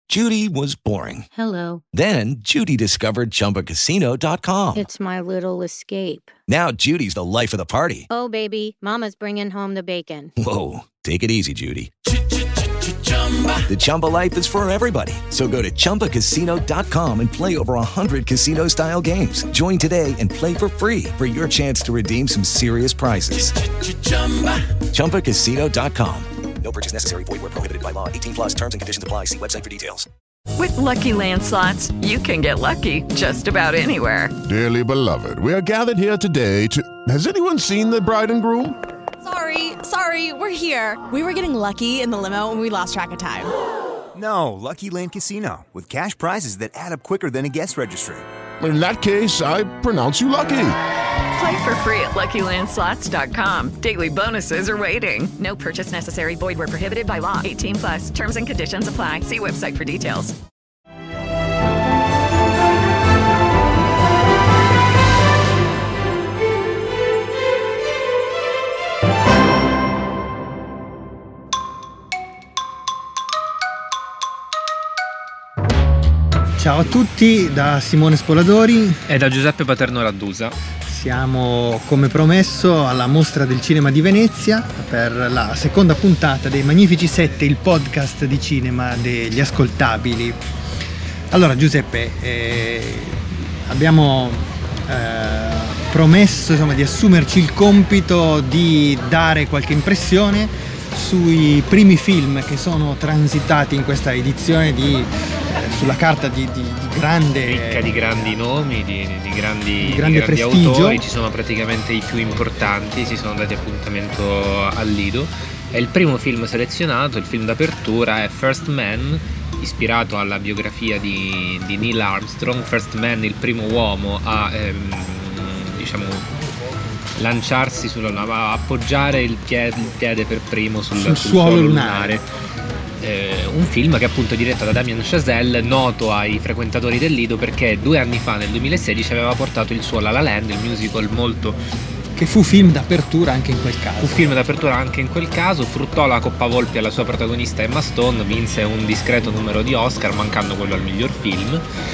Judy was boring. Hello. Then Judy discovered ChumbaCasino.com. It's my little escape. Now Judy's the life of the party. Oh, baby, mama's bringing home the bacon. Whoa, take it easy, Judy. The Chumba life is for everybody. So go to ChumbaCasino.com and play over 100 casino-style games. Join today and play for free for your chance to redeem some serious prizes. ChumbaCasino.com. No purchase necessary. Void where prohibited by law. 18+ terms and conditions apply. See website for details. With Lucky Land Slots, you can get lucky just about anywhere. Dearly beloved, we are gathered here today to... Has anyone seen the bride and groom? Sorry, we're here. We were getting lucky in the limo and we lost track of time. No, Lucky Land Casino, with cash prizes that add up quicker than a guest registry. In that case, I pronounce you lucky. Play for free at LuckyLandSlots.com. Daily bonuses are waiting. No purchase necessary. Void where prohibited by law. 18+. Terms and conditions apply. See website for details. Ciao a tutti da Simone Spoladori e da Giuseppe Paterno Raddusa. Siamo, come promesso, alla Mostra del Cinema di Venezia per la seconda puntata dei Magnifici 7, il podcast di cinema degli ascoltabili. Allora Giuseppe, abbiamo promesso di assumerci il compito di dare qualche impressione sui primi film che sono transitati in questa edizione sulla carta di grande, ricca di grandi nomi, di grandi prestigio. Autori. Ci sono praticamente i più importanti, si sono dati appuntamento al Lido. E il primo film selezionato, il film d'apertura, è First Man, ispirato alla biografia di Neil Armstrong. First Man, il primo uomo a lanciarsi a appoggiare il piede per primo sul suolo lunare. Un film che è appunto diretto da Damien Chazelle, noto ai frequentatori del Lido perché 2 anni fa, nel 2016, aveva portato il suo La La Land, il musical che fu film d'apertura anche in quel caso. Fruttò la Coppa Volpi alla sua protagonista Emma Stone, vinse un discreto numero di Oscar, mancando quello al miglior film,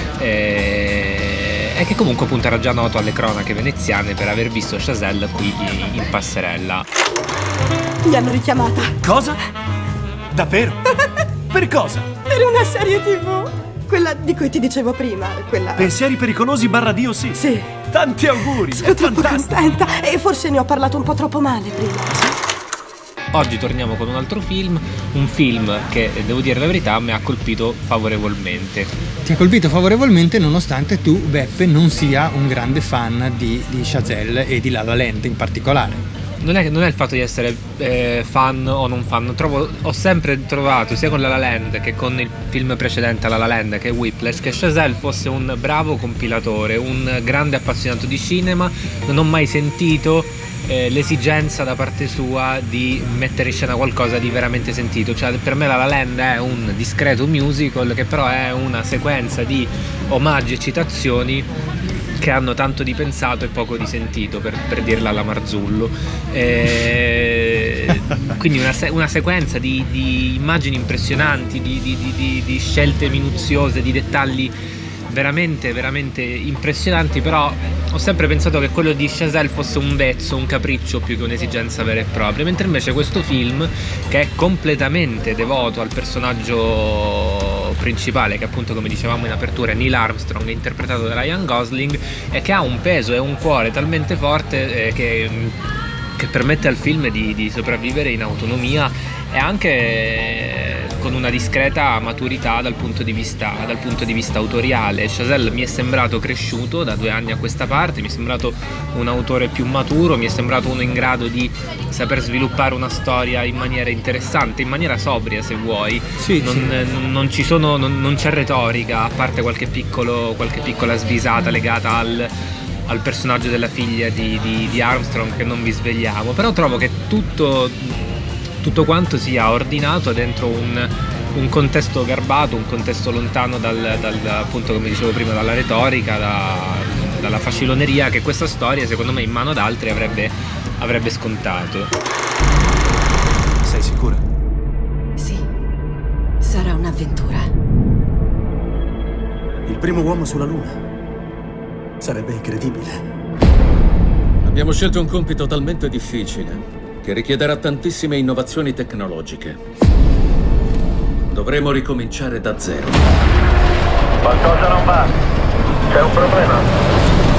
e che comunque appunto era già noto alle cronache veneziane per aver visto Chazelle qui in passerella. Mi hanno richiamata. Cosa? Davvero? Per cosa? Per una serie TV. Quella di cui ti dicevo prima, quella... Pensieri pericolosi /Dio sì. Sì. Tanti auguri. Sono troppo contenta e forse ne ho parlato un po' troppo male prima. Oggi torniamo con un altro film, un film che, devo dire la verità, mi ha colpito favorevolmente. Ti ha colpito favorevolmente nonostante tu, Beppe, non sia un grande fan di Chazelle e di La La Land in particolare. Non è il fatto di essere fan o non fan. Ho sempre trovato, sia con La La Land che con il film precedente a La La Land, che è Whiplash, che Chazelle fosse un bravo compilatore, un grande appassionato di cinema. Non ho mai sentito l'esigenza da parte sua di mettere in scena qualcosa di veramente sentito. Cioè, per me La La Land è un discreto musical che però è una sequenza di omaggi e citazioni che hanno tanto di pensato e poco di sentito, per dirla alla Marzullo. Quindi una sequenza di immagini impressionanti, di scelte minuziose, di dettagli veramente, veramente impressionanti. Però ho sempre pensato che quello di Chazelle fosse un vezzo, un capriccio più che un'esigenza vera e propria, mentre invece questo film, che è completamente devoto al personaggio principale, che appunto, come dicevamo in apertura, è Neil Armstrong, interpretato da Ryan Gosling, e che ha un peso e un cuore talmente forte che permette al film di sopravvivere in autonomia e anche con una discreta maturità dal punto di vista autoriale. Chazelle mi è sembrato cresciuto da 2 anni a questa parte, mi è sembrato un autore più maturo, mi è sembrato uno in grado di saper sviluppare una storia in maniera interessante, in maniera sobria, se vuoi. Non c'è retorica, a parte qualche piccola svisata legata al personaggio della figlia di Armstrong, che non vi svegliamo. Però trovo che tutto quanto sia ordinato dentro un contesto garbato, un contesto lontano appunto, come dicevo prima, dalla retorica, dalla faciloneria che questa storia, secondo me, in mano ad altri avrebbe scontato. Sei sicura? Sì, sarà un'avventura. primo uomo sulla Luna. Sarebbe incredibile. Abbiamo scelto un compito talmente difficile che richiederà tantissime innovazioni tecnologiche. Dovremo ricominciare da zero. Qualcosa non va. C'è un problema.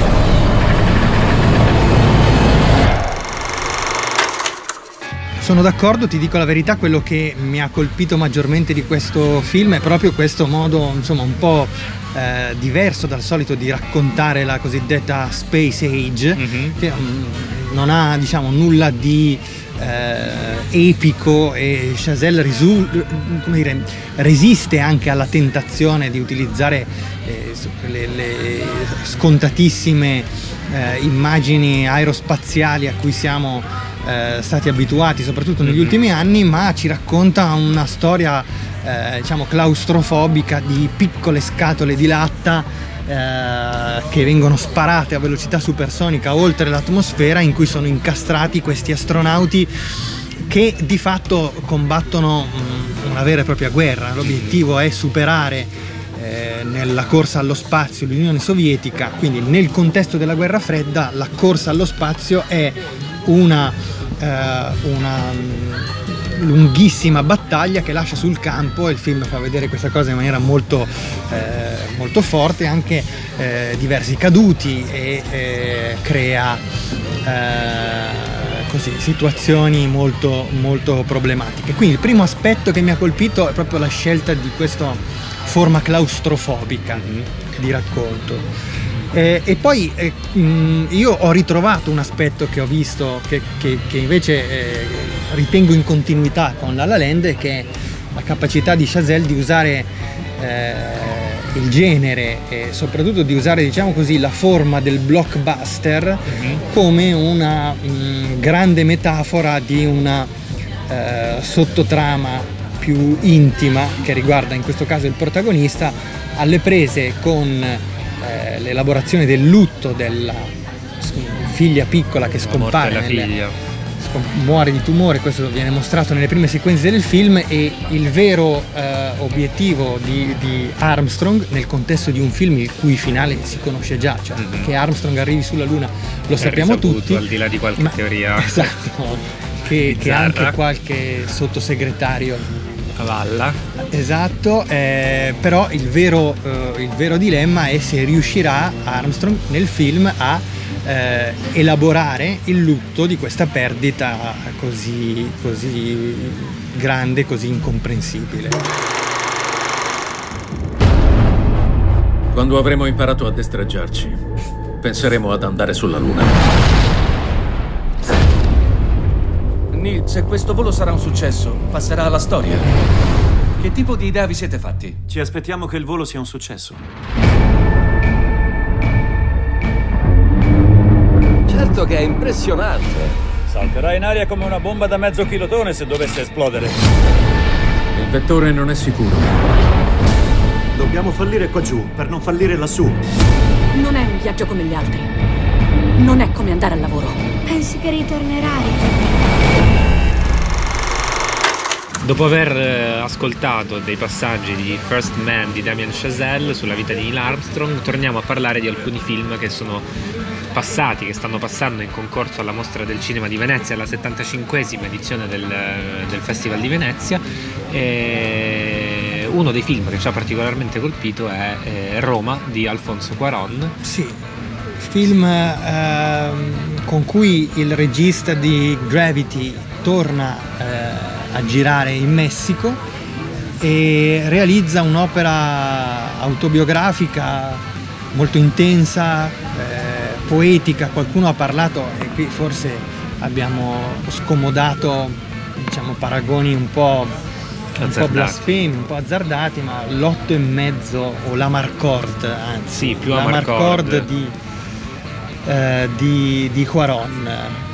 Sono d'accordo, ti dico la verità, quello che mi ha colpito maggiormente di questo film è proprio questo modo, insomma, un po' diverso dal solito di raccontare la cosiddetta Space Age, che non ha, diciamo, nulla di epico, e Chazelle resiste anche alla tentazione di utilizzare le scontatissime immagini aerospaziali a cui siamo stati abituati soprattutto negli ultimi anni, ma ci racconta una storia diciamo claustrofobica di piccole scatole di latta che vengono sparate a velocità supersonica oltre l'atmosfera, in cui sono incastrati questi astronauti che di fatto combattono una vera e propria guerra. L'obiettivo è superare nella corsa allo spazio l'Unione Sovietica, quindi nel contesto della guerra fredda la corsa allo spazio è una lunghissima battaglia che lascia sul campo, e il film fa vedere questa cosa in maniera molto forte, anche diversi caduti, e crea così situazioni molto problematiche. Quindi il primo aspetto che mi ha colpito è proprio la scelta di questa forma claustrofobica di racconto. E poi io ho ritrovato un aspetto che ho visto che invece ritengo in continuità con La La Land, che è la capacità di Chazelle di usare il genere e soprattutto di usare, diciamo così, la forma del blockbuster come una grande metafora di una sottotrama più intima che riguarda in questo caso il protagonista, alle prese con l'elaborazione del lutto della figlia piccola che scompare, muore di tumore. Questo viene mostrato nelle prime sequenze del film, e il vero obiettivo di Armstrong nel contesto di un film il cui finale si conosce già, cioè che Armstrong arrivi sulla Luna lo sappiamo tutti, al di là di qualche teoria che anche qualche sottosegretario avalla. Esatto, però il vero dilemma è se riuscirà Armstrong nel film a elaborare il lutto di questa perdita così grande, così incomprensibile. Quando avremo imparato a destreggiarci, penseremo ad andare sulla Luna. Neil, se questo volo sarà un successo, passerà alla storia. Che tipo di idea vi siete fatti? Ci aspettiamo che il volo sia un successo. Certo che è impressionante. Salterà in aria come una bomba da mezzo kilotone se dovesse esplodere. Il vettore non è sicuro. Dobbiamo fallire qua giù per non fallire lassù. Non è un viaggio come gli altri. Non è come andare al lavoro. Pensi che ritornerai? Dopo aver ascoltato dei passaggi di First Man di Damien Chazelle sulla vita di Neil Armstrong, torniamo a parlare di alcuni film che sono passati, che stanno passando in concorso alla Mostra del Cinema di Venezia, alla 75esima edizione del Festival di Venezia. E uno dei film che ci ha particolarmente colpito è Roma di Alfonso Cuarón. Sì, film con cui il regista di Gravity torna a girare in Messico e realizza un'opera autobiografica molto intensa, poetica. Qualcuno ha parlato, e qui forse abbiamo scomodato, diciamo, paragoni un po' blasfemi, un po' azzardati, ma l'8,5 o l'Amarcord, anzi sì, più l'Amarcord di Cuarón.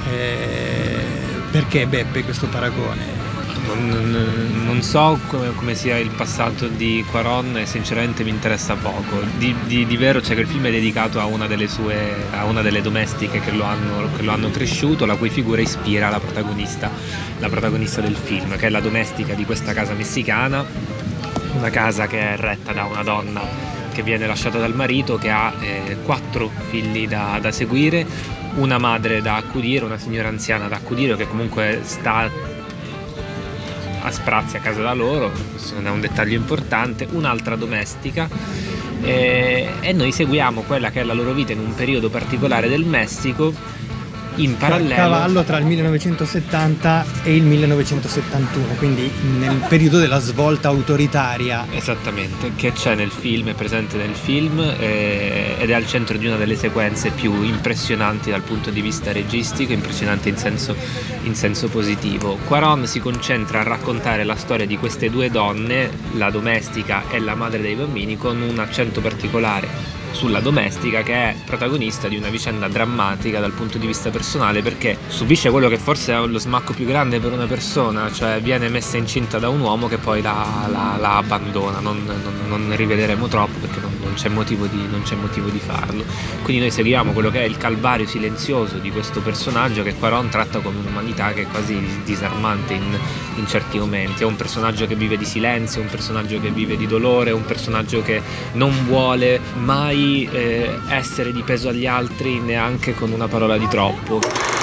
Perché Beppe questo paragone? Non so come sia il passato di Cuarón e sinceramente mi interessa poco. Di vero c'è che il film è dedicato a una delle domestiche che lo hanno cresciuto, la cui figura ispira la protagonista del film, che è la domestica di questa casa messicana, una casa che è retta da una donna che viene lasciata dal marito, che ha 4 figli da seguire, una madre da accudire, una signora anziana da accudire che comunque sta a sprazzi a casa da loro, questo non è un dettaglio importante, un'altra domestica, e noi seguiamo quella che è la loro vita in un periodo particolare del Messico, in parallelo, cavallo tra il 1970 e il 1971, quindi nel periodo della svolta autoritaria. Esattamente, che c'è nel film, è presente nel film, ed è al centro di una delle sequenze più impressionanti dal punto di vista registico, impressionante in senso positivo. Cuarón si concentra a raccontare la storia di queste 2 donne, la domestica e la madre dei bambini, con un accento particolare sulla domestica, che è protagonista di una vicenda drammatica dal punto di vista personale, perché subisce quello che forse è lo smacco più grande per una persona, cioè viene messa incinta da un uomo che poi la abbandona. Non rivedremo troppo perché non c'è motivo di farlo. Quindi noi seguiamo quello che è il calvario silenzioso di questo personaggio, che Cuarón tratta con un'umanità che è quasi disarmante in certi momenti. È un personaggio che vive di silenzio, un personaggio che vive di dolore, un personaggio che non vuole mai essere di peso agli altri, neanche con una parola di troppo.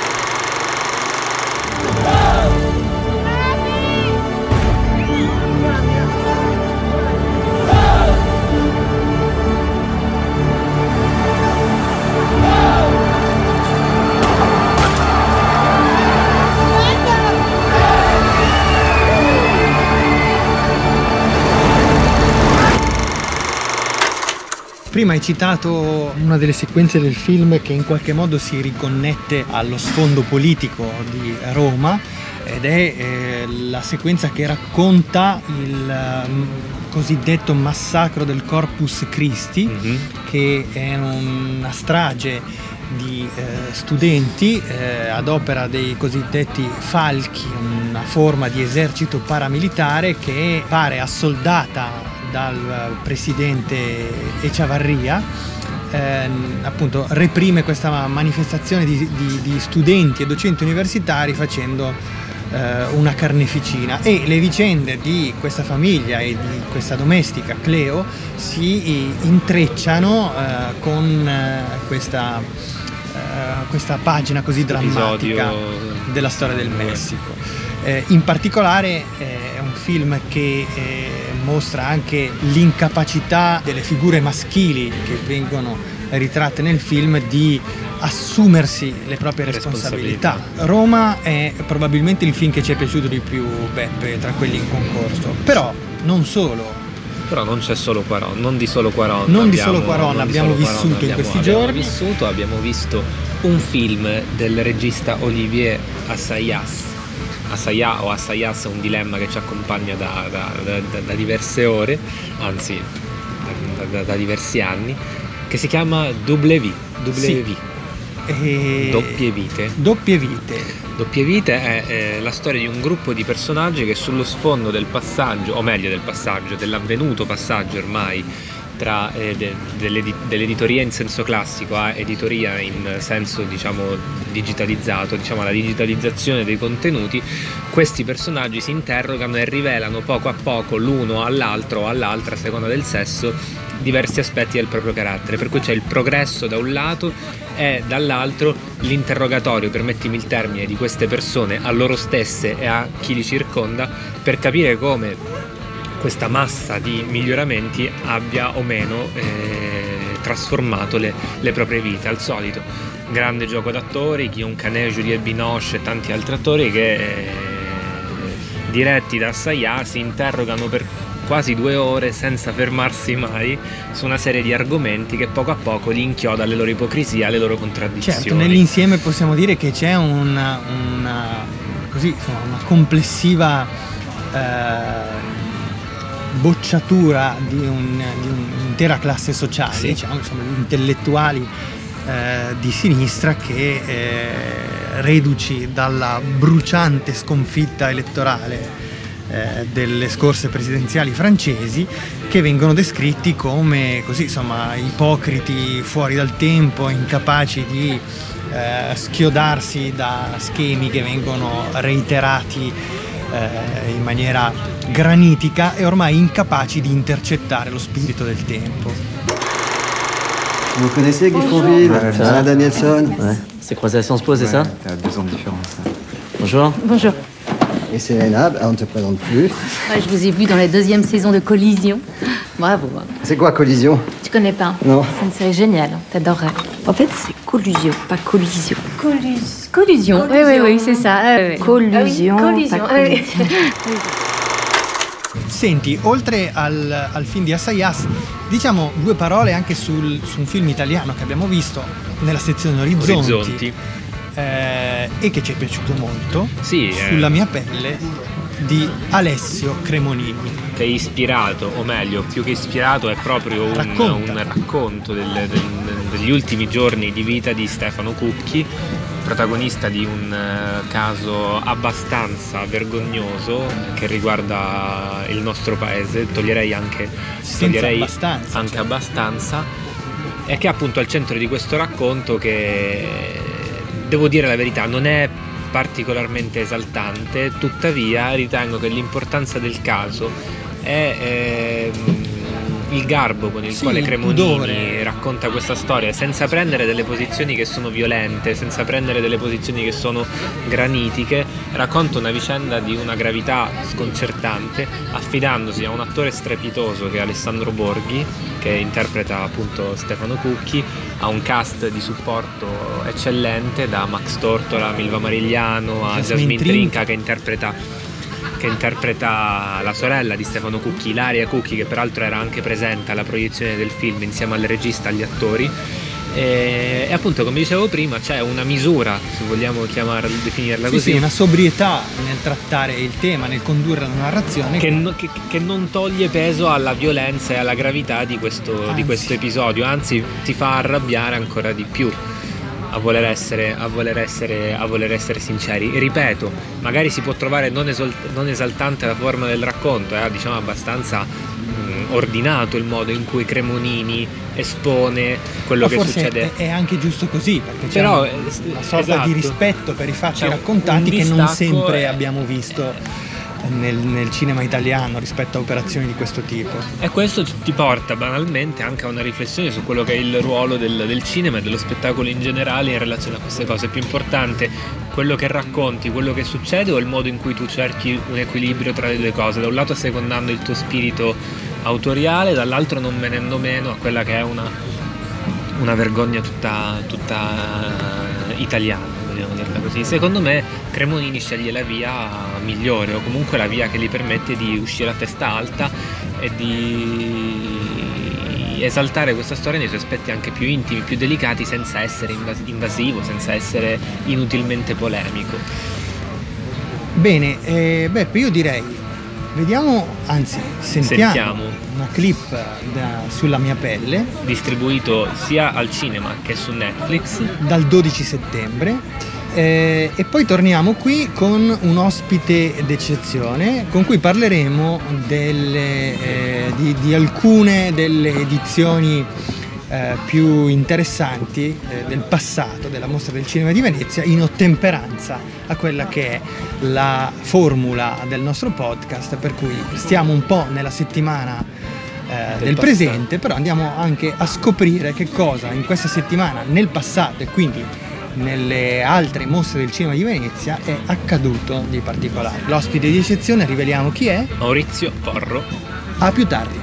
Prima hai citato una delle sequenze del film che in qualche modo si riconnette allo sfondo politico di Roma, ed è la sequenza che racconta il cosiddetto massacro del Corpus Christi, che è una strage di studenti ad opera dei cosiddetti falchi, una forma di esercito paramilitare che pare assoldata dal presidente Echavarria, appunto reprime questa manifestazione di studenti e docenti universitari facendo una carneficina, e le vicende di questa famiglia e di questa domestica Cleo si intrecciano con questa pagina così drammatica della storia del Messico. In particolare è un film che mostra anche l'incapacità delle figure maschili che vengono ritratte nel film di assumersi le proprie responsabilità. Roma è probabilmente il film che ci è piaciuto di più, Beppe, tra quelli in concorso, però non solo. Però non c'è solo Cuarón, non di solo Cuarón. Abbiamo vissuto in questi giorni. Abbiamo visto un film del regista Olivier Assayas. Assayas o Assayas è un dilemma che ci accompagna da diverse ore, anzi da diversi anni, che si chiama Double V. Doppie vite è la storia di un gruppo di personaggi che sullo sfondo del passaggio, o meglio dell'avvenuto passaggio ormai tra dell'editoria in senso classico a editoria in senso digitalizzato, la digitalizzazione dei contenuti, questi personaggi si interrogano e rivelano poco a poco l'uno all'altro o all'altra, a seconda del sesso, diversi aspetti del proprio carattere, per cui c'è il progresso da un lato e dall'altro l'interrogatorio, permettimi il termine, di queste persone a loro stesse e a chi li circonda, per capire come questa massa di miglioramenti abbia o meno trasformato le proprie vite. Al solito grande gioco d'attori, Guillaume Canet, Juliette Binoche e tanti altri attori che diretti da Assayas si interrogano per quasi 2 ore senza fermarsi mai su una serie di argomenti che poco a poco li inchioda alle loro ipocrisie, alle loro contraddizioni. Certo, nell'insieme possiamo dire che c'è una complessiva bocciatura di un'intera classe sociale, sì. Gli intellettuali di sinistra che reduci dalla bruciante sconfitta elettorale delle scorse presidenziali francesi, che vengono descritti come ipocriti, fuori dal tempo, incapaci di schiodarsi da schemi che vengono reiterati in maniera granitica e ormai incapaci di intercettare lo spirito del tempo. Vous connaissez Guy Fourville, Anna Danielson? Ouais. C'est croisé à Sciences Po, c'est ça? T'as 2 ans de différence. Bonjour. Bonjour. Et c'est Léna, on ne te présente plus. Ouais, je vous ai vu dans la 2e saison de Collision. Bravo. C'est quoi Collision? Tu connais pas? Non. C'est une série géniale, t'adorerais. En fait, c'est collusion, pas collision. Collusion. Oui, c'est ça. Collusion, collusion. pas collision. Senti, oltre al film di Assayas, diciamo 2 parole anche su un film italiano che abbiamo visto nella sezione Orizzonti. E che ci è piaciuto molto, sì, Sulla mia pelle di Alessio Cremonini, che è ispirato, o meglio, più che ispirato è proprio un racconto degli ultimi giorni di vita di Stefano Cucchi, protagonista di un caso abbastanza vergognoso che riguarda il nostro paese, toglierei anche abbastanza, e che è appunto al centro di questo racconto che, devo dire la verità, non è particolarmente esaltante, tuttavia ritengo che l'importanza del caso è il garbo con il quale Cremonini racconta questa storia, senza prendere delle posizioni che sono violente, senza prendere delle posizioni che sono granitiche. Racconta una vicenda di una gravità sconcertante, affidandosi a un attore strepitoso che è Alessandro Borghi, che interpreta appunto Stefano Cucchi, a un cast di supporto eccellente, da Max Tortora, Milva Marigliano a Jasmine Trinca che interpreta la sorella di Stefano Cucchi, Ilaria Cucchi, che peraltro era anche presente alla proiezione del film insieme al regista e agli attori. E appunto, come dicevo prima, c'è una misura, se vogliamo definirla così, una sobrietà nel trattare il tema, nel condurre la narrazione che non toglie peso alla violenza e alla gravità di questo episodio, anzi ti fa arrabbiare ancora di più. A voler essere sinceri, ripeto, magari si può trovare non esaltante la forma del racconto, diciamo abbastanza ordinato il modo in cui Cremonini espone quello che succede. È anche giusto così, perché c'è una sorta di rispetto per i fatti raccontati che non sempre abbiamo visto nel cinema italiano rispetto a operazioni di questo tipo. E questo ti porta banalmente anche a una riflessione su quello che è il ruolo del cinema e dello spettacolo in generale in relazione a queste cose. È più importante quello che racconti, quello che succede, o il modo in cui tu cerchi un equilibrio tra le due cose, da un lato assecondando il tuo spirito autoriale, dall'altro non venendo meno a quella che è una vergogna tutta italiana, vogliamo dirla così. Secondo me Cremonini sceglie la via migliore, o comunque la via che gli permette di uscire a testa alta e di esaltare questa storia nei suoi aspetti anche più intimi, più delicati, senza essere invasivo, senza essere inutilmente polemico. Bene, Beppe, io direi sentiamo una clip Sulla mia pelle, distribuito sia al cinema che su Netflix dal 12 settembre, e poi torniamo qui con un ospite d'eccezione con cui parleremo di alcune delle edizioni più interessanti del passato della Mostra del Cinema di Venezia, in ottemperanza a quella che è la formula del nostro podcast, per cui stiamo un po' nella settimana del presente, però andiamo anche a scoprire che cosa in questa settimana nel passato e quindi nelle altre mostre del cinema di Venezia è accaduto di particolare. L'ospite di eccezione, riveliamo chi è? Maurizio Porro. A più tardi.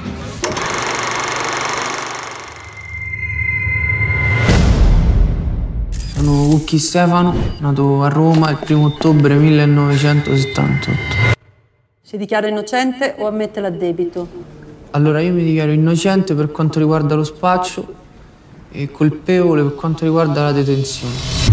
Sono Cucchi Stefano, nato a Roma il 1 ottobre 1978. Si dichiara innocente o ammette l'addebito? Allora, io mi dichiaro innocente per quanto riguarda lo spaccio e colpevole per quanto riguarda la detenzione.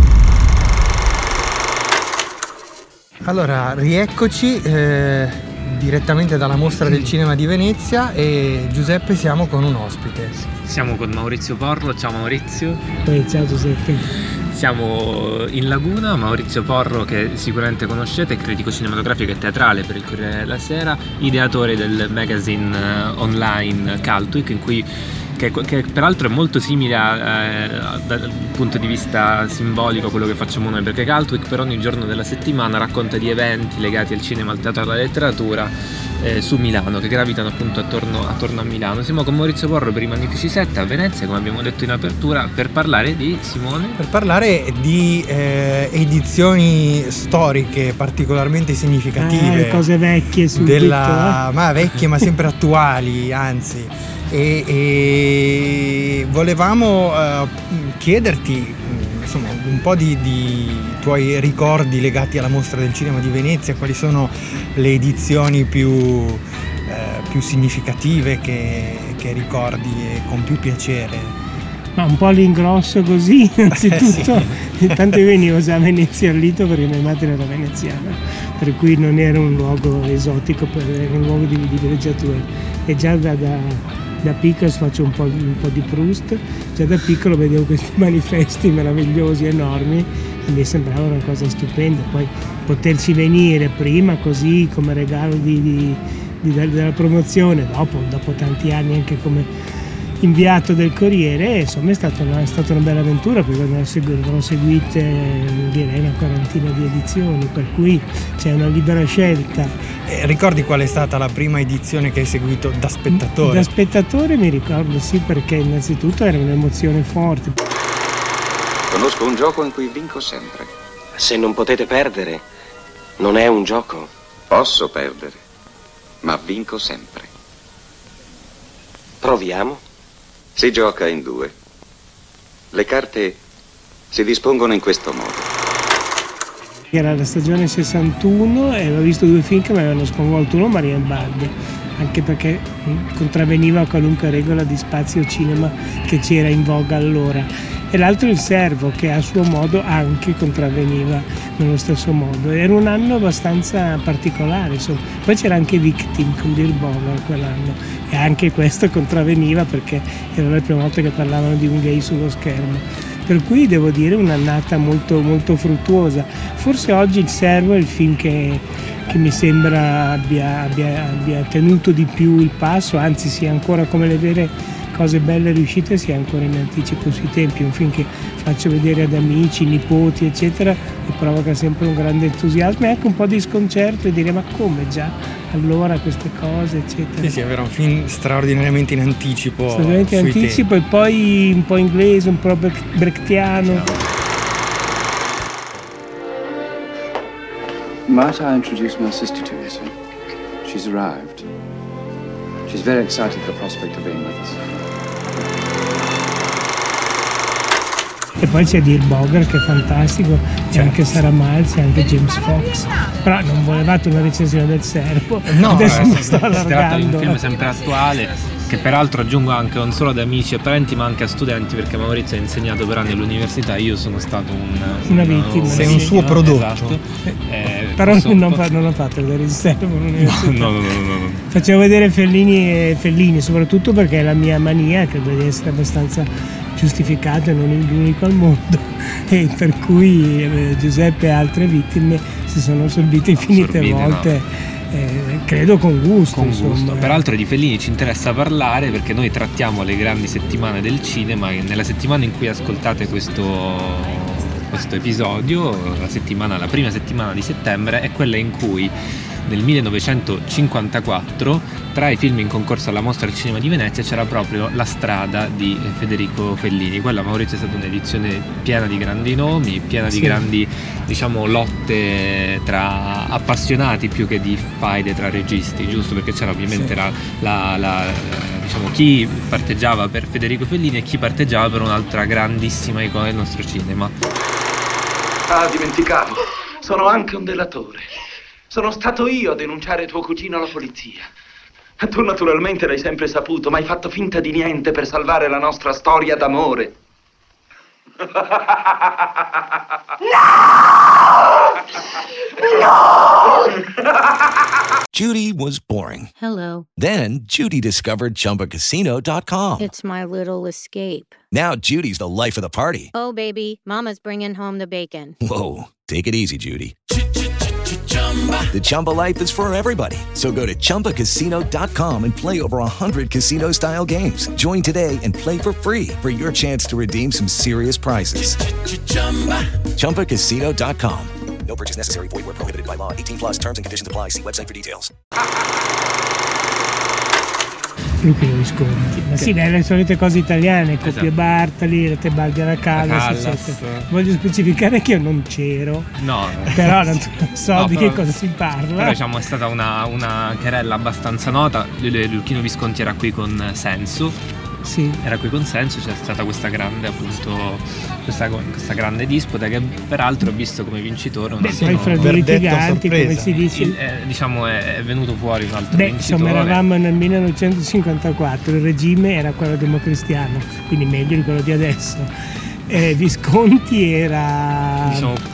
Allora, rieccoci direttamente dalla Mostra del Cinema di Venezia, e Giuseppe, siamo con un ospite. Siamo con Maurizio Porro. Ciao Maurizio. Ciao Giuseppe. Siamo in Laguna. Maurizio Porro, che sicuramente conoscete, è critico cinematografico e teatrale per il Corriere della Sera, ideatore del magazine online Cult Week, in cui che peraltro è molto simile dal punto di vista simbolico a quello che facciamo noi, perché Cult Week per ogni giorno della settimana racconta di eventi legati al cinema, al teatro e alla letteratura su Milano, che gravitano appunto attorno a Milano. Siamo con Maurizio Porro per i Magnifici 7 a Venezia, come abbiamo detto in apertura, per parlare di Simone. Per parlare di edizioni storiche particolarmente significative, cose vecchie subito, ma vecchie ma sempre attuali, anzi. E volevamo chiederti insomma un po' di tuoi ricordi legati alla Mostra del Cinema di Venezia, quali sono le edizioni più significative che ricordi e con più piacere. Ma un po' all'ingrosso così, innanzitutto, intanto io venivo già a Venezia al Lido perché mia madre era veneziana, per cui non era un luogo esotico, era un luogo di villeggiatura, e già da piccolo faccio un po' di Proust, già da piccolo vedevo questi manifesti meravigliosi, enormi, e mi sembrava una cosa stupenda. Poi poterci venire prima così come regalo della promozione, dopo tanti anni anche come inviato del Corriere, insomma è stata una bella avventura, perché avrò seguite direi una quarantina di edizioni, per cui c'è una libera scelta. Ricordi qual è stata la prima edizione che hai seguito da spettatore? Da spettatore mi ricordo, sì, perché innanzitutto era un'emozione forte. Conosco un gioco in cui vinco sempre. Se non potete perdere, non è un gioco. Posso perdere, ma vinco sempre. Proviamo. Si gioca in due. Le carte si dispongono in questo modo. Era la stagione 61 e avevo visto 2 film che mi avevano sconvolto. Uno, Marienbad, anche perché contravveniva a qualunque regola di spazio cinema che c'era in voga allora. E l'altro Il Servo, che a suo modo anche contravveniva nello stesso modo. Era un anno abbastanza particolare, insomma. Poi c'era anche Victim con Dirk Bogart quell'anno, e anche questo contravveniva perché era la prima volta che parlavano di un gay sullo schermo. Per cui devo dire un'annata molto, molto fruttuosa. Forse oggi Il Servo è il film che mi sembra abbia tenuto di più il passo, anzi sia ancora come le vere cose belle riuscite, sia ancora in anticipo sui tempi. Un film che faccio vedere ad amici, nipoti eccetera, e provoca sempre un grande entusiasmo e anche un po' di sconcerto, e dire ma come già allora queste cose eccetera. Sì, era un film straordinariamente in anticipo. Straordinariamente in anticipo tempi. E poi un po' inglese, un po' brechtiano. Might I introduce my sister to you, sir? She's arrived. She's very excited at the prospect of being with us. E poi c'è Dirk Bogart che è fantastico, c'è anche Sarah Miles, c'è anche James Fox. Però non volevate una recensione del Servo, no, adesso mi sto allargando. Si tratta di un film sempre attuale, che peraltro aggiungo anche non solo ad amici e parenti ma anche a studenti, perché Maurizio ha insegnato per anni all'università, io sono stato una vittima. Sei un suo prodotto. Esatto. Però non ho fatto vedere Il Servo all'università. No. Facevo vedere Fellini, soprattutto perché è la mia mania, credo di essere abbastanza giustificato e non l'unico al mondo, e per cui Giuseppe e altre vittime si sono assorbite infinite volte, no. Credo con gusto. Peraltro di Fellini ci interessa parlare perché noi trattiamo le grandi settimane del cinema, e nella settimana in cui ascoltate questo episodio, la prima settimana di settembre, è quella in cui nel 1954 tra i film in concorso alla Mostra del Cinema di Venezia c'era proprio La strada di Federico Fellini. Quella, Maurizio, è stata un'edizione piena di grandi nomi, piena di grandi, lotte tra appassionati più che di faide tra registi, giusto? Perché c'era ovviamente chi parteggiava per Federico Fellini e chi parteggiava per un'altra grandissima icona del nostro cinema. Ah, dimenticavo, sono anche un delatore. Sono stato io a denunciare tuo cugino alla polizia. Tu naturalmente l'hai sempre saputo, ma hai fatto finta di niente per salvare la nostra storia d'amore. No! Judy was boring. Hello. Then Judy discovered ChumbaCasino.com. It's my little escape. Now Judy's the life of the party. Oh, baby, mama's bringing home the bacon. Whoa, take it easy, Judy. The Chumba life is for everybody. So go to ChumbaCasino.com and play over 100 casino-style games. Join today and play for free for your chance to redeem some serious prizes. ChumbaCasino.com. No purchase necessary. Void where prohibited by law. 18+ terms and conditions apply. See website for details. Luchino Visconti. Ma sì, le solite cose italiane, Coppie Bartali, Tebaldi alla Callas. Voglio specificare che io non c'ero. No. Però non so di che cosa si parla. Però diciamo è stata una querella abbastanza nota. Luchino Visconti era qui con Sensu. Sì. Era qui con Sensu, c'è stata questa grande appunto questa grande disputa che peraltro ho visto come vincitore. Poi fra due litiganti, come si dice, diciamo è venuto fuori un altro vincitore. Insomma eravamo nel 1954, il regime era quello democristiano, quindi meglio di quello di adesso. Visconti era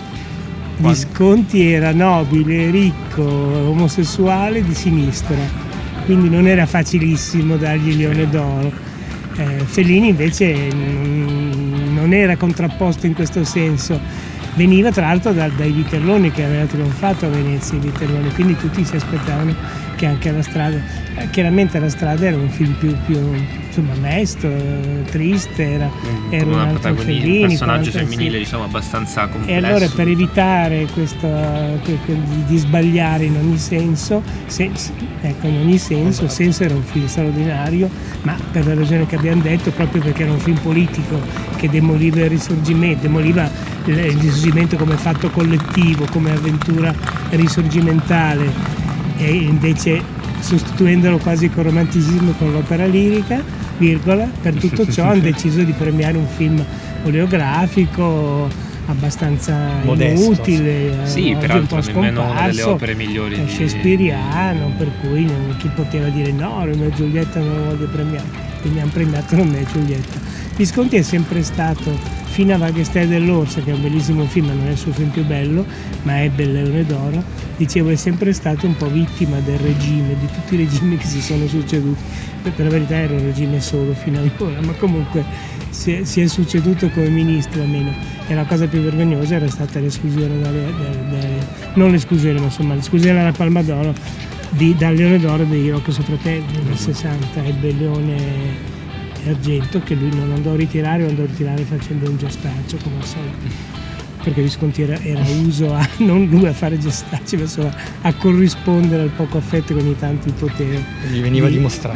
nobile, ricco, omosessuale, di sinistra, quindi non era facilissimo dargli il Leone d'Oro. Fellini invece non era contrapposto in questo senso, veniva tra l'altro dai Vitelloni, che aveva trionfato a Venezia, i Vitelloni, quindi tutti si aspettavano che anche La Strada, chiaramente La Strada era un film più insomma mesto, triste, era un altro Fellini, un personaggio femminile diciamo abbastanza complesso. E allora per evitare di sbagliare in ogni senso, Senso era un film straordinario, ma per la ragione che abbiamo detto, proprio perché era un film politico che demoliva il risorgimento, come fatto collettivo, come avventura risorgimentale, e invece sostituendolo quasi con romanticismo con l'opera lirica, per tutto ciò hanno deciso di premiare un film oleografico abbastanza inutile, sì, peraltro nemmeno una delle opere migliori shakespeariano, per cui chi poteva dire no, Romeo e Giulietta non lo voglio premiare, quindi hanno premiato Romeo e Giulietta. Visconti è sempre stato, fino a Vaghe Stelle dell'Orsa, che è un bellissimo film, non è il suo film più bello, ma ebbe il Leone d'Oro, dicevo, è sempre stato un po' vittima del regime, di tutti i regimi che si sono succeduti. Per la verità era un regime solo fino ad ora, ma comunque si è succeduto come ministro almeno, e la cosa più vergognosa era stata l'esclusione non l'esclusione, ma insomma l'esclusione alla Palma d'Oro dal Leone d'Oro dei Rocco Fratelli nel 60, ebbe il Leone Argento che lui non andò a ritirare, o andò a ritirare facendo un gestaccio come al solito, perché Visconti era uso non lui a fare gestacci, ma insomma a corrispondere al poco affetto che ogni tanto il potere gli veniva dimostrato.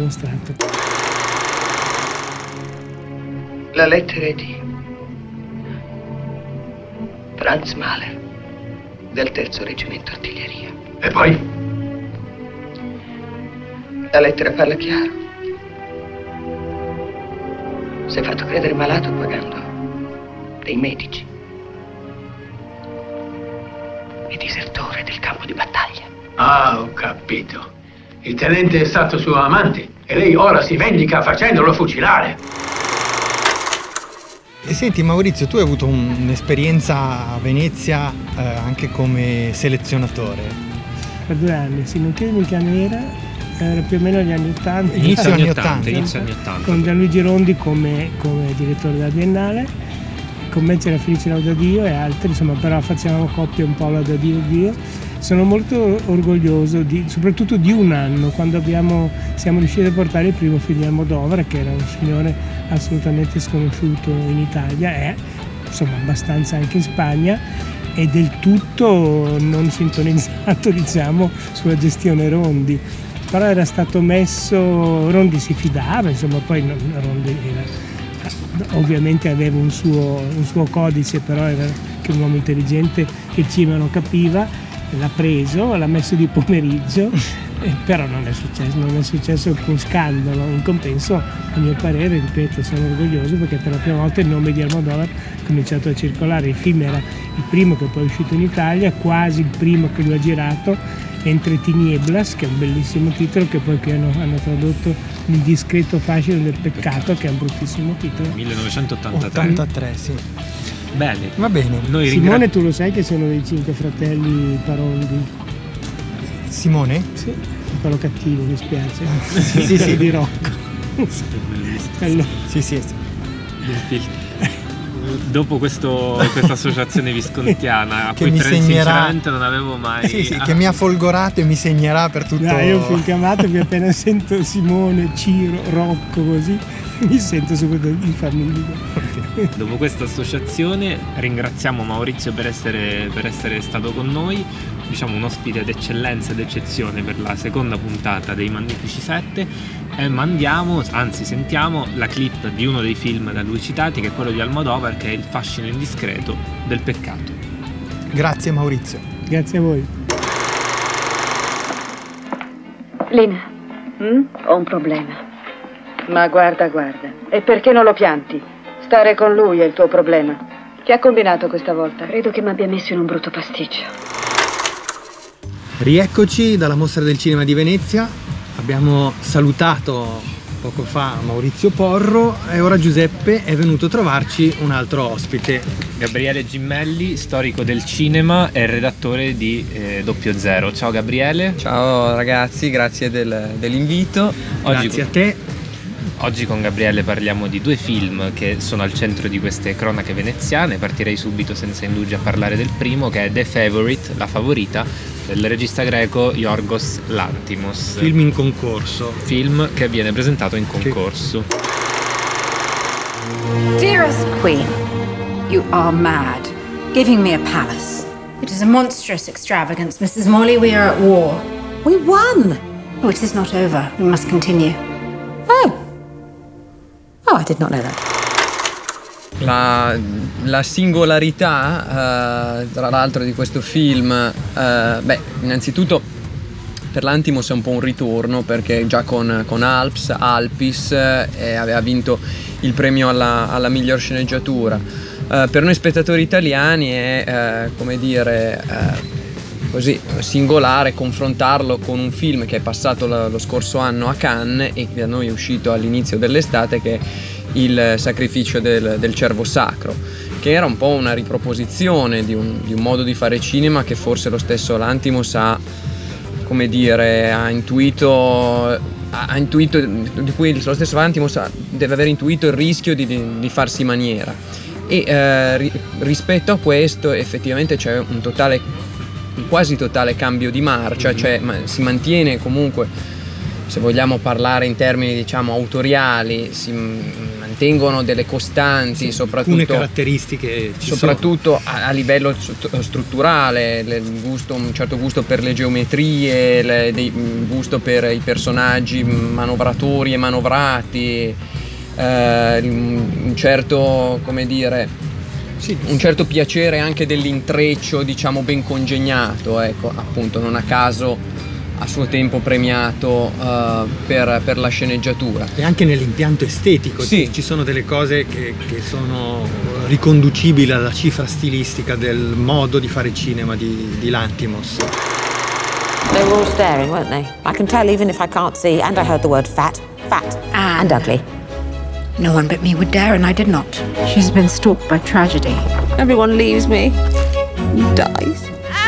La lettera di Franz Mahler del 3° Reggimento Artiglieria. E poi? La lettera parla chiaro. Si è fatto credere malato pagando dei medici. E disertore del campo di battaglia. Ah, ho capito. Il tenente è stato suo amante e lei ora si vendica facendolo fucilare. E senti Maurizio, tu hai avuto un'esperienza a Venezia anche come selezionatore. Per 2 anni, sì, non chiedimi che anno era più o meno gli anni 80. Inizio anni 80. Con Gianluigi Rondi come direttore della Biennale, con me c'era Felice Laudadio e altri, insomma, però facevamo coppia un po' Laudadio. Sono molto orgoglioso soprattutto di un anno, quando siamo riusciti a portare il primo film di Almodovar, che era un signore assolutamente sconosciuto in Italia, e insomma abbastanza anche in Spagna, e del tutto non sintonizzato, diciamo, sulla gestione Rondi. Però era stato messo, Rondi si fidava, insomma, poi Rondi ovviamente aveva un suo codice, però era anche un uomo intelligente che il cinema non capiva. L'ha preso, l'ha messo di pomeriggio, però non è successo alcun scandalo. In compenso, a mio parere, ripeto, sono orgoglioso perché per la prima volta il nome di Almodovar è cominciato a circolare. Il film era il primo che poi è uscito in Italia, quasi il primo che lui ha girato, Entre Tinieblas, che è un bellissimo titolo, che poi qui hanno tradotto Il discreto fascino del peccato, che è un bruttissimo titolo. 1983. Sì. Bene. Va bene. Simone, tu lo sai che sono dei 5 fratelli Parondi? Simone? Sì, quello cattivo, mi spiace. Sì. Di Rocco. Sì. dopo questa associazione viscontiana a Che cui mi segnerà, sinceramente non avevo mai che mi ha folgorato e mi segnerà per tutto. Io fui chiamato che appena sento Simone, Ciro, Rocco così mi sento subito in famiglia. Dopo questa associazione ringraziamo Maurizio per essere stato con noi, diciamo un ospite d'eccellenza ed eccezione per la seconda puntata dei Magnifici 7, e sentiamo la clip di uno dei film da lui citati, che è quello di Almodovar, che è Il fascino indiscreto del peccato. Grazie Maurizio. Grazie a voi. Lina, ho un problema. Ma guarda, e perché non lo pianti? Stare con lui è il tuo problema. Che ha combinato questa volta? Credo che mi abbia messo in un brutto pasticcio. Rieccoci dalla Mostra del Cinema di Venezia. Abbiamo salutato poco fa Maurizio Porro e ora Giuseppe è venuto a trovarci un altro ospite. Gabriele Gimmelli, storico del cinema e redattore di Doppio Zero. Ciao Gabriele. Ciao ragazzi, grazie dell'invito. Grazie a te. Oggi con Gabriele parliamo di due film che sono al centro di queste cronache veneziane. Partirei subito senza indugi a parlare del primo, che è The Favorite, La Favorita, del regista greco Yorgos Lanthimos. Film in concorso. Film che viene presentato in concorso. Dearest Queen, you are mad. Giving me a palace. It is a monstrous extravagance, Mrs. Morley. We are at war. We won! Oh, it is not over. We must continue. Oh, I did not know that. La singolarità, tra l'altro, di questo film, innanzitutto per Lanthimos è un po' un ritorno, perché già con Alpis aveva vinto il premio alla miglior sceneggiatura. Per noi spettatori italiani è, così singolare confrontarlo con un film che è passato lo scorso anno a Cannes e che da noi è uscito all'inizio dell'estate, che è Il sacrificio del cervo sacro, che era un po' una riproposizione di un modo di fare cinema che forse lo stesso Lanthimos ha intuito, di cui lo stesso Lanthimos deve aver intuito il rischio di farsi maniera, e rispetto a questo effettivamente c'è un quasi totale cambio di marcia, cioè si mantiene comunque, se vogliamo parlare in termini diciamo autoriali, si mantengono delle costanti, soprattutto alcune caratteristiche soprattutto a livello strutturale, un certo gusto per le geometrie, il gusto per i personaggi manovratori e manovrati, un certo un certo piacere anche dell'intreccio, diciamo, ben congegnato, ecco, appunto, non a caso a suo tempo premiato per la sceneggiatura. E anche nell'impianto estetico, sì. Ci sono delle cose che sono riconducibili alla cifra stilistica del modo di fare cinema di Lanthimos. They were all staring, weren't they? I can tell even if I can't see, and I heard the word fat, and ugly. No one but me would dare, and I did not. She's been stalked by tragedy. Everyone leaves me, dies.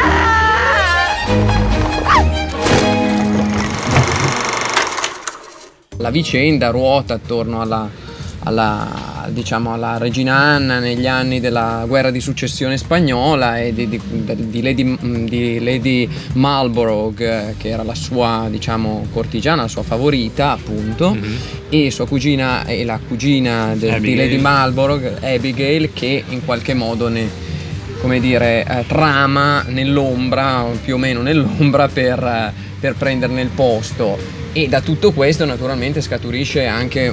La vicenda ruota attorno alla regina Anna negli anni della guerra di successione spagnola e di Lady Marlborough, che era la sua, diciamo, cortigiana, la sua favorita, appunto, e sua cugina e la cugina di Lady Marlborough, Abigail, che in qualche modo trama nell'ombra, più o meno nell'ombra, per prenderne il posto. E da tutto questo naturalmente scaturisce anche,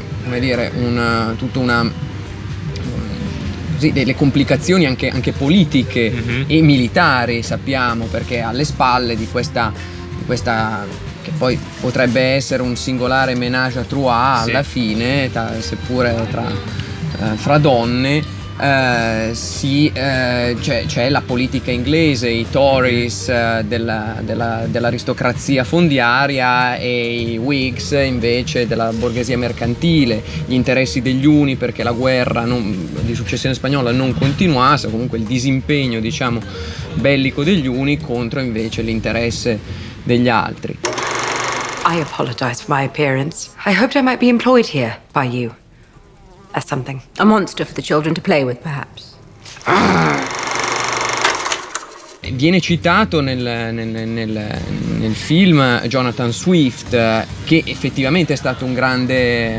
delle complicazioni anche politiche e militari, sappiamo, perché alle spalle di questa che poi potrebbe essere un singolare ménage à trois alla fine, seppure fra donne, c'è la politica inglese, i Tories dell'aristocrazia fondiaria e i Whigs invece della borghesia mercantile, gli interessi degli uni perché la guerra di successione spagnola non continuasse, comunque il disimpegno, diciamo, bellico degli uni contro invece l'interesse degli altri. I apologize for my appearance. I hoped I might be employed here by you. As something. A monster for the children to play with, perhaps. Viene citato nel film Jonathan Swift, che effettivamente è stato un grande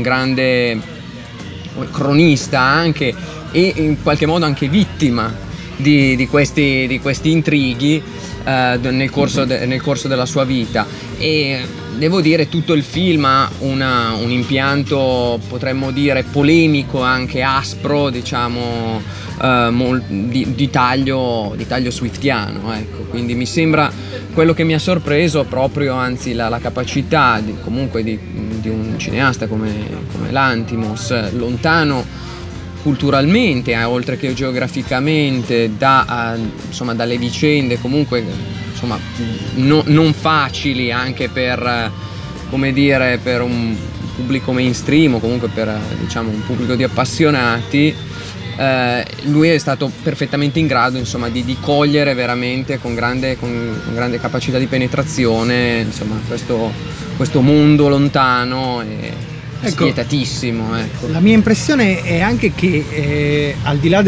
cronista anche, e in qualche modo anche vittima di questi intrighi nel corso della sua vita. E devo dire, tutto il film ha un impianto, potremmo dire, polemico, anche aspro, diciamo, di taglio swiftiano, ecco. Quindi mi sembra, quello che mi ha sorpreso proprio, anzi la capacità comunque di un cineasta come Lanthimos, lontano culturalmente, oltre che geograficamente, dalle vicende comunque, insomma, non facili anche per, come dire, per un pubblico mainstream, o comunque per, diciamo, un pubblico di appassionati. Lui è stato perfettamente in grado, insomma, di cogliere veramente con grande capacità di penetrazione, insomma, questo mondo lontano e spietatissimo, ecco. La mia impressione è anche che al di là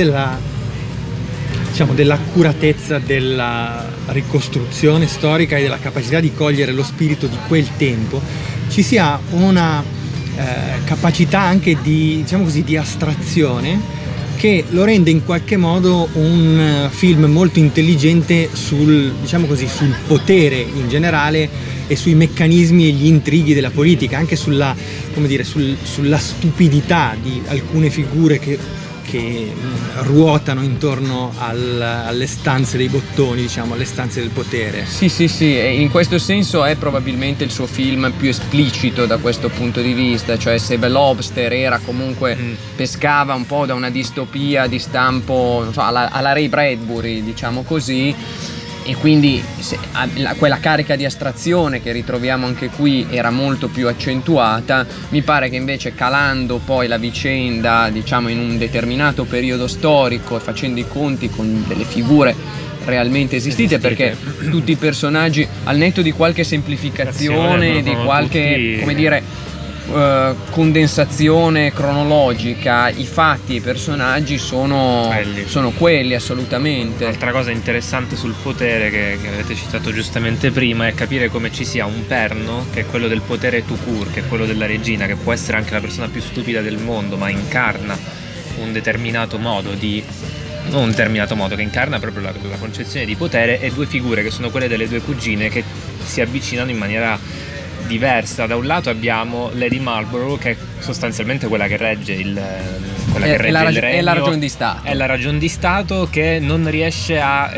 dell'accuratezza della ricostruzione storica e della capacità di cogliere lo spirito di quel tempo, ci sia una capacità anche di, diciamo così, di astrazione, che lo rende in qualche modo un film molto intelligente sul potere in generale e sui meccanismi e gli intrighi della politica, anche sulla stupidità di alcune figure che ruotano intorno alle stanze dei bottoni, diciamo, alle stanze del potere. Sì, e in questo senso è probabilmente il suo film più esplicito da questo punto di vista, cioè se The Lobster era comunque pescava un po' da una distopia di stampo, non so, alla Ray Bradbury, diciamo così, e quindi quella carica di astrazione che ritroviamo anche qui era molto più accentuata. Mi pare che invece, calando poi la vicenda, diciamo, in un determinato periodo storico e facendo i conti con delle figure realmente esistite, perché tutti i personaggi, al netto di qualche semplificazione, di qualche, come dire, condensazione cronologica, i fatti e i personaggi sono quelli assolutamente. Altra cosa interessante sul potere che avete citato giustamente prima è capire come ci sia un perno, che è quello del potere tout court, che è quello della regina, che può essere anche la persona più stupida del mondo, ma incarna un determinato modo che incarna proprio la concezione di potere, e due figure che sono quelle delle due cugine che si avvicinano in maniera diversa. Da un lato abbiamo Lady Marlborough, che è sostanzialmente quella che regge il regno, è la ragion di Stato. È la ragion di Stato, che non riesce a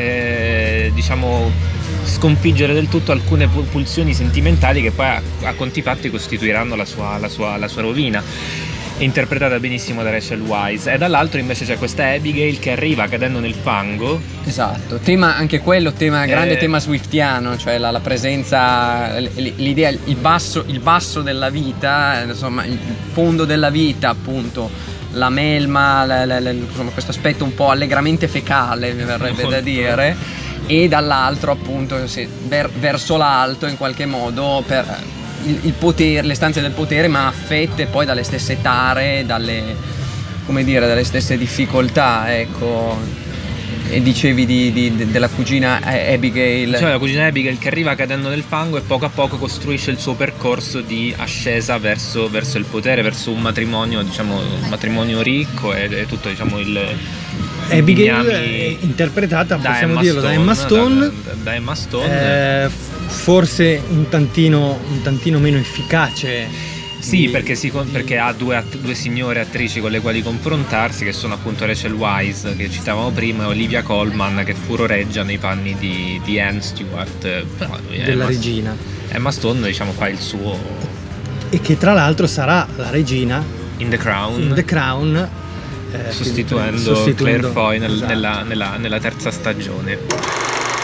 sconfiggere del tutto alcune pulsioni sentimentali che poi a conti fatti costituiranno la sua rovina, interpretata benissimo da Rachel Weisz. E dall'altro invece c'è questa Abigail che arriva cadendo nel fango. Esatto, grande tema swiftiano, cioè la presenza, l'idea, il basso della vita, insomma, il fondo della vita, appunto, la melma, insomma, questo aspetto un po' allegramente fecale, mi verrebbe da dire, e dall'altro, appunto, verso l'alto, in qualche modo, per il potere, le stanze del potere, ma affette poi dalle stesse tare, dalle stesse difficoltà, ecco. E dicevi della cugina Abigail. Cioè la cugina Abigail che arriva cadendo nel fango e poco a poco costruisce il suo percorso di ascesa verso il potere, verso un matrimonio, diciamo, un matrimonio ricco, e tutto, diciamo, Abigail è interpretata, possiamo dirlo, da Emma Stone. Da Emma Stone. Forse un tantino meno efficace. Sì, perché ha due signore attrici con le quali confrontarsi, che sono appunto Rachel Weisz, che citavamo prima, e Olivia Colman, che furoreggia nei panni di Anne Stewart, della regina. Emma Stone, diciamo, fa il suo, e che tra l'altro sarà la regina in The Crown, sostituendo Claire Foy nella terza stagione.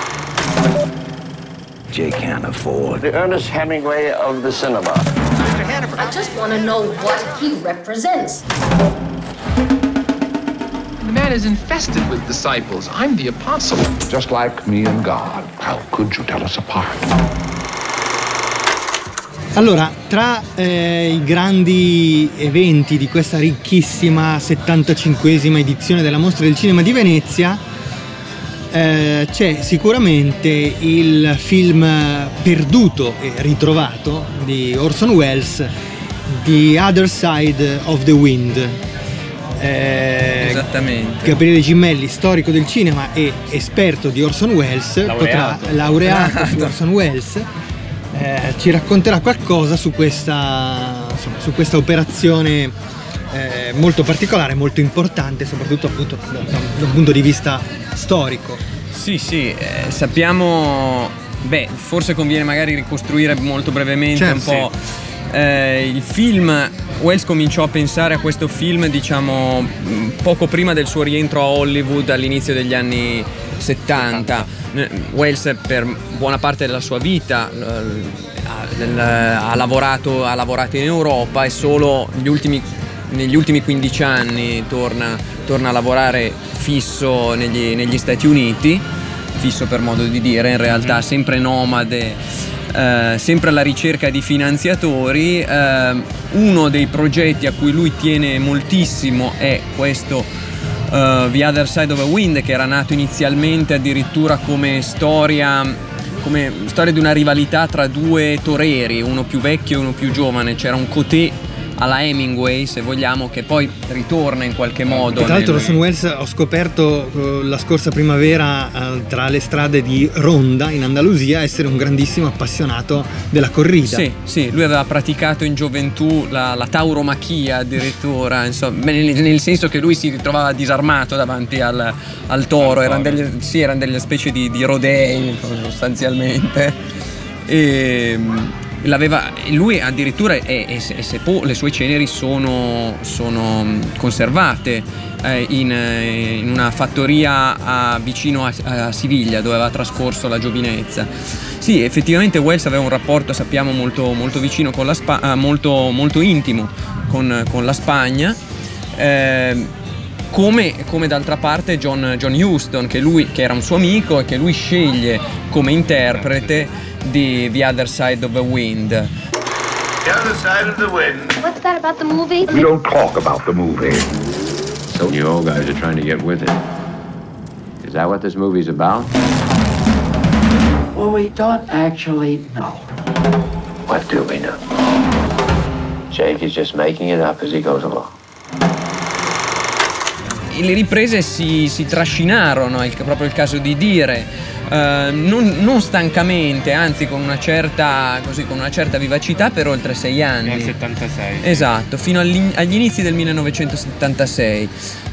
Jay can't afford. The Ernest Hemingway of the cinema. Mr. Hannaford. I just want to know what he represents. The man is infested with disciples. I'm the apostle. Just like me and God. How could you tell us apart? Allora, tra i grandi eventi di questa ricchissima 75esima edizione della Mostra del Cinema di Venezia c'è sicuramente il film perduto e ritrovato di Orson Welles, The Other Side of the Wind. Esattamente. Gabriele Gimmelli, storico del cinema e esperto di Orson Welles, laureato su Orson Welles, ci racconterà qualcosa su questa operazione molto particolare, molto importante, soprattutto appunto da un punto di vista storico. Sì, sappiamo, forse conviene magari ricostruire molto brevemente un po'. Il film, Welles cominciò a pensare a questo film diciamo poco prima del suo rientro a Hollywood all'inizio degli anni 70. Welles per buona parte della sua vita ha lavorato in Europa e solo negli ultimi 15 anni torna a lavorare fisso negli Stati Uniti, fisso per modo di dire, in realtà sempre nomade, sempre alla ricerca di finanziatori. Uno dei progetti a cui lui tiene moltissimo è questo The Other Side of the Wind, che era nato inizialmente addirittura come storia di una rivalità tra due toreri, uno più vecchio e uno più giovane. C'era un Cotè alla Hemingway, se vogliamo, che poi ritorna in qualche modo. Tra l'altro Orson Welles, ho scoperto la scorsa primavera tra le strade di Ronda in Andalusia, essere un grandissimo appassionato della corrida. Sì, lui aveva praticato in gioventù la tauromachia addirittura, insomma, nel senso che lui si ritrovava disarmato davanti al toro, erano delle specie di rodei sostanzialmente. Lui addirittura le sue ceneri sono conservate in una fattoria vicino a Siviglia, dove aveva trascorso la giovinezza. Sì, effettivamente Welles aveva un rapporto, sappiamo, molto, molto vicino con molto, molto intimo con la Spagna, come d'altra parte John Huston, che era un suo amico e che lui sceglie come interprete di The Other Side of the Wind. The Other Side of the Wind. What's that about the movie? We don't talk about the movie. So you old guys are trying to get with it. Is that what this movie's about? Well, we don't actually know. What do we know? Jake is just making it up as he goes along. Le riprese si trascinarono, è proprio il caso di dire, non stancamente, anzi con una certa vivacità per oltre 6 anni. Nel 76. Esatto, fino agli inizi del 1976.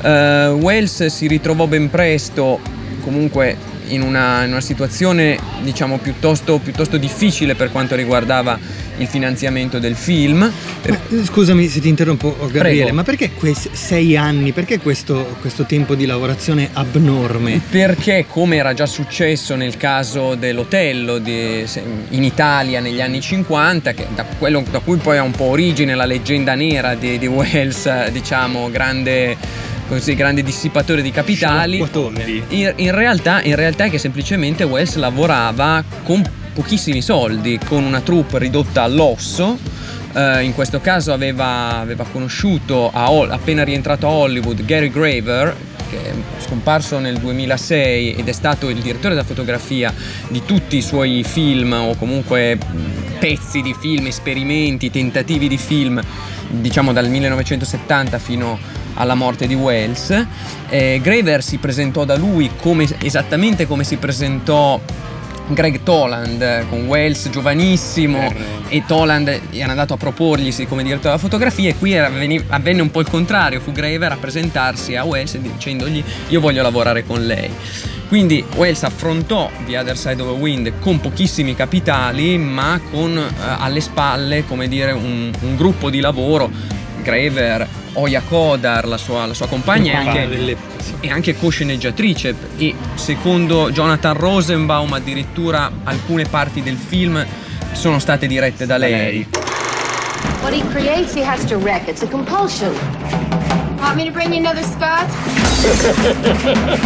Welles si ritrovò ben presto comunque in una situazione diciamo piuttosto difficile per quanto riguardava il finanziamento del film. Scusami se ti interrompo, Gabriele. Prego. Ma perché 6 anni? Perché questo tempo di lavorazione abnorme? Perché, come era già successo nel caso dell'Otello in Italia negli anni 50, che da cui poi ha un po' origine la leggenda nera di Welles, diciamo grande dissipatore di capitali, in realtà è che semplicemente Welles lavorava con pochissimi soldi, con una troupe ridotta all'osso. In questo caso aveva conosciuto, appena rientrato a Hollywood, Gary Graver, che è scomparso nel 2006 ed è stato il direttore della fotografia di tutti i suoi film, o comunque pezzi di film, esperimenti, tentativi di film, diciamo dal 1970 fino alla morte di Welles. Graver si presentò da lui esattamente come si presentò Greg Toland con Welles giovanissimo, e Toland era andato a proporglisi come direttore della fotografia, e qui avvenne un po' il contrario. Fu Graver a presentarsi a Welles dicendogli: io voglio lavorare con lei. Quindi Welles affrontò The Other Side of the Wind con pochissimi capitali, ma con alle spalle, come dire, un gruppo di lavoro. Graver, Oya Kodar, la sua compagna, e anche co-sceneggiatrice, e secondo Jonathan Rosenbaum addirittura alcune parti del film sono state dirette da lei. What he creates, he has to wreck. It's a compulsion. Want me to bring you another scotch?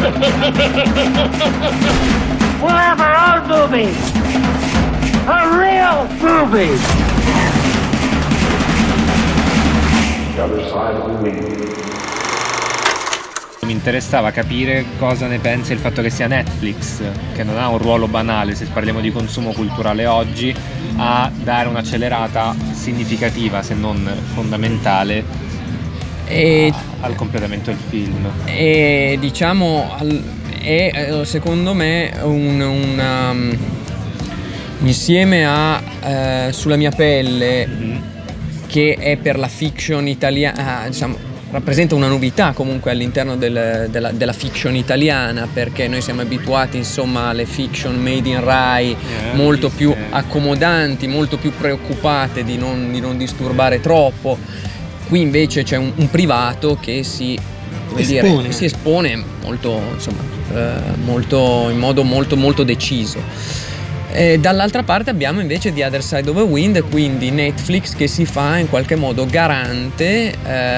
We'll have our own movie. A real Kill Ruby! The other side of the ring. Mi interessava capire cosa ne pensa il fatto che sia Netflix, che non ha un ruolo banale se parliamo di consumo culturale oggi, a dare un'accelerata significativa, se non fondamentale, al completamento del film. E diciamo è secondo me insieme a Sulla mia pelle, che è per la fiction italiana, diciamo, rappresenta una novità comunque all'interno della fiction italiana, perché noi siamo abituati insomma alle fiction made in Rai, molto più accomodanti, molto più preoccupate di non disturbare troppo. Qui invece c'è un privato che si espone molto, insomma, in modo molto deciso. Dall'altra parte abbiamo invece The Other Side of the Wind, quindi Netflix che si fa in qualche modo garante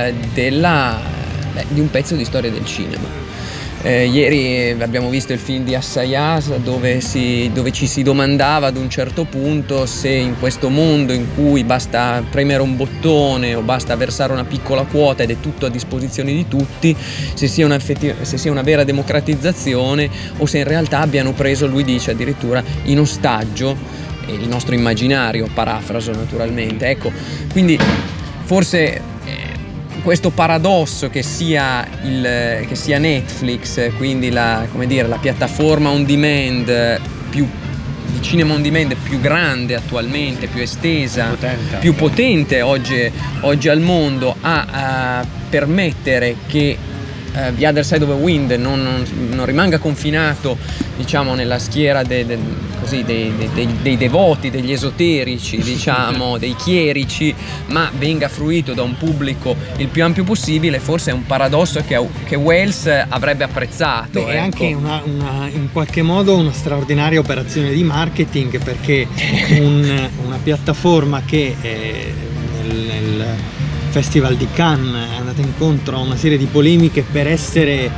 di un pezzo di storia del cinema. Ieri abbiamo visto il film di Assayas dove ci si domandava ad un certo punto se in questo mondo in cui basta premere un bottone o basta versare una piccola quota ed è tutto a disposizione di tutti, se sia una vera democratizzazione o se in realtà abbiano preso, lui dice addirittura, in ostaggio il nostro immaginario, parafraso naturalmente. Ecco, quindi forse questo paradosso che sia Netflix, quindi la piattaforma on demand di cinema on demand più grande attualmente, più estesa, più potente oggi al mondo, a permettere che The Other Side of the Wind non rimanga confinato, diciamo, nella schiera dei devoti, degli esoterici, diciamo, dei chierici, ma venga fruito da un pubblico il più ampio possibile. Forse è un paradosso che Wells avrebbe apprezzato. È anche in qualche modo una straordinaria operazione di marketing, perché una piattaforma che nel Festival di Cannes è andata incontro a una serie di polemiche per essere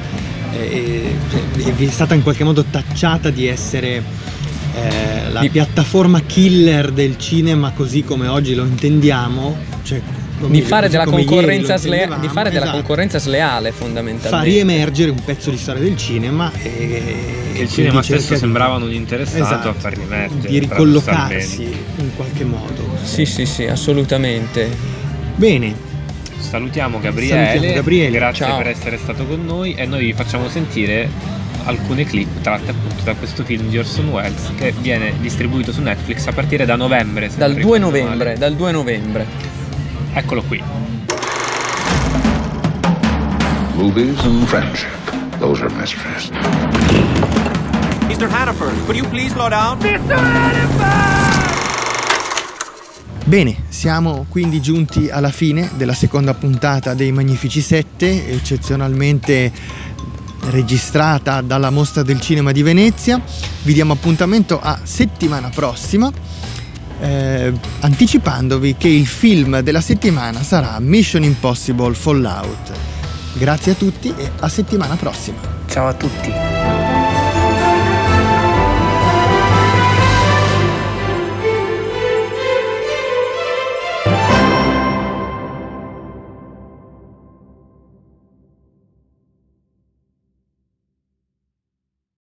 è stata in qualche modo tacciata di essere la piattaforma killer del cinema così come oggi lo intendiamo, cioè di fare della concorrenza sleale fondamentalmente, fa riemergere un pezzo di storia del cinema che il cinema stesso sembrava non interessato a far riemergere, di ricollocarsi in qualche modo. Sì, assolutamente. Bene, salutiamo Gabriele. Grazie per essere stato con noi, e noi vi facciamo sentire alcune clip tratte appunto da questo film di Orson Welles, che viene distribuito su Netflix a partire da novembre. Dal 2 novembre. Eccolo qui. Movies and friendship. Those are mysteries. Mr. Hannaford, could you please slow down? Mr. Hannaford! Bene, siamo quindi giunti alla fine della seconda puntata dei Magnifici 7, eccezionalmente registrata dalla Mostra del Cinema di Venezia. Vi diamo appuntamento a settimana prossima, anticipandovi che il film della settimana sarà Mission Impossible Fallout. Grazie a tutti e a settimana prossima. Ciao a tutti.